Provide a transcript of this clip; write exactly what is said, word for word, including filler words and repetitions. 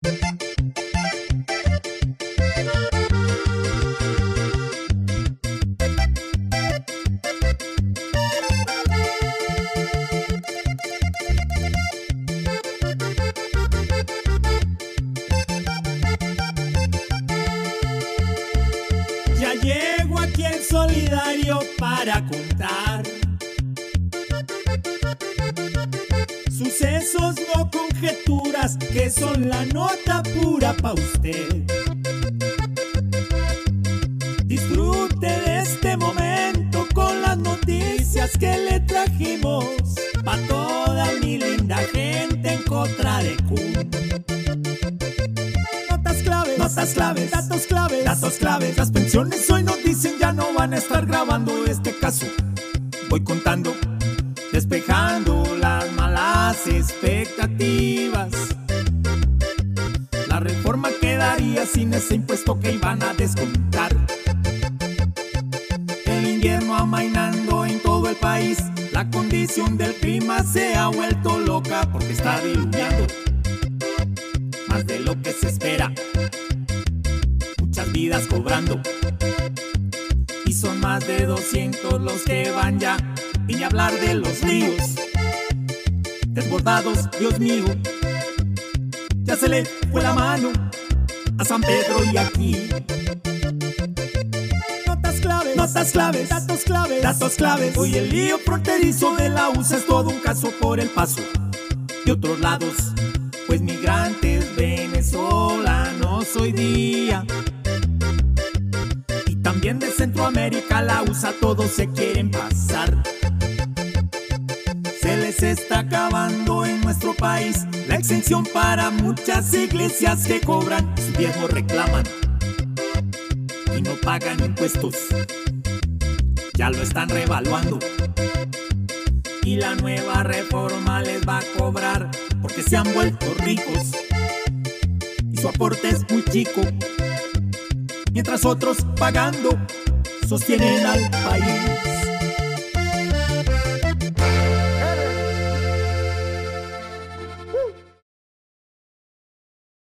Ya llego aquí en solidario para contar sucesos, no conjeturas, que son la nota pura pa' usted. Disfrute de este momento con las noticias que le trajimos pa' toda mi linda gente en contra de Q. Notas claves, notas claves, datos claves, datos claves. Las pensiones hoy nos dicen ya no van a estar grabando este caso. Voy contando, despejando las malas expectativas. La reforma quedaría sin ese impuesto que iban a descontar. El invierno amainando en todo el país. La condición del clima se ha vuelto loca porque está diluviando más de lo que se espera. Muchas vidas cobrando y son más de doscientos los que van ya. Y ni hablar de los ríos desbordados, Dios mío. Ya se le fue la mano a San Pedro y aquí. Notas claves, notas claves, datos claves, datos claves. Hoy el lío fronterizo de la U S A es todo un caso por el paso de otros lados, pues migrantes venezolanos hoy día y también de Centroamérica, la U S A todos se quieren pasar. Se les está acabando en nuestro país la exención para muchas iglesias que cobran, su diezmo reclaman y no pagan impuestos. Ya lo están revaluando y la nueva reforma les va a cobrar porque se han vuelto ricos y su aporte es muy chico, mientras otros pagando sostienen al país.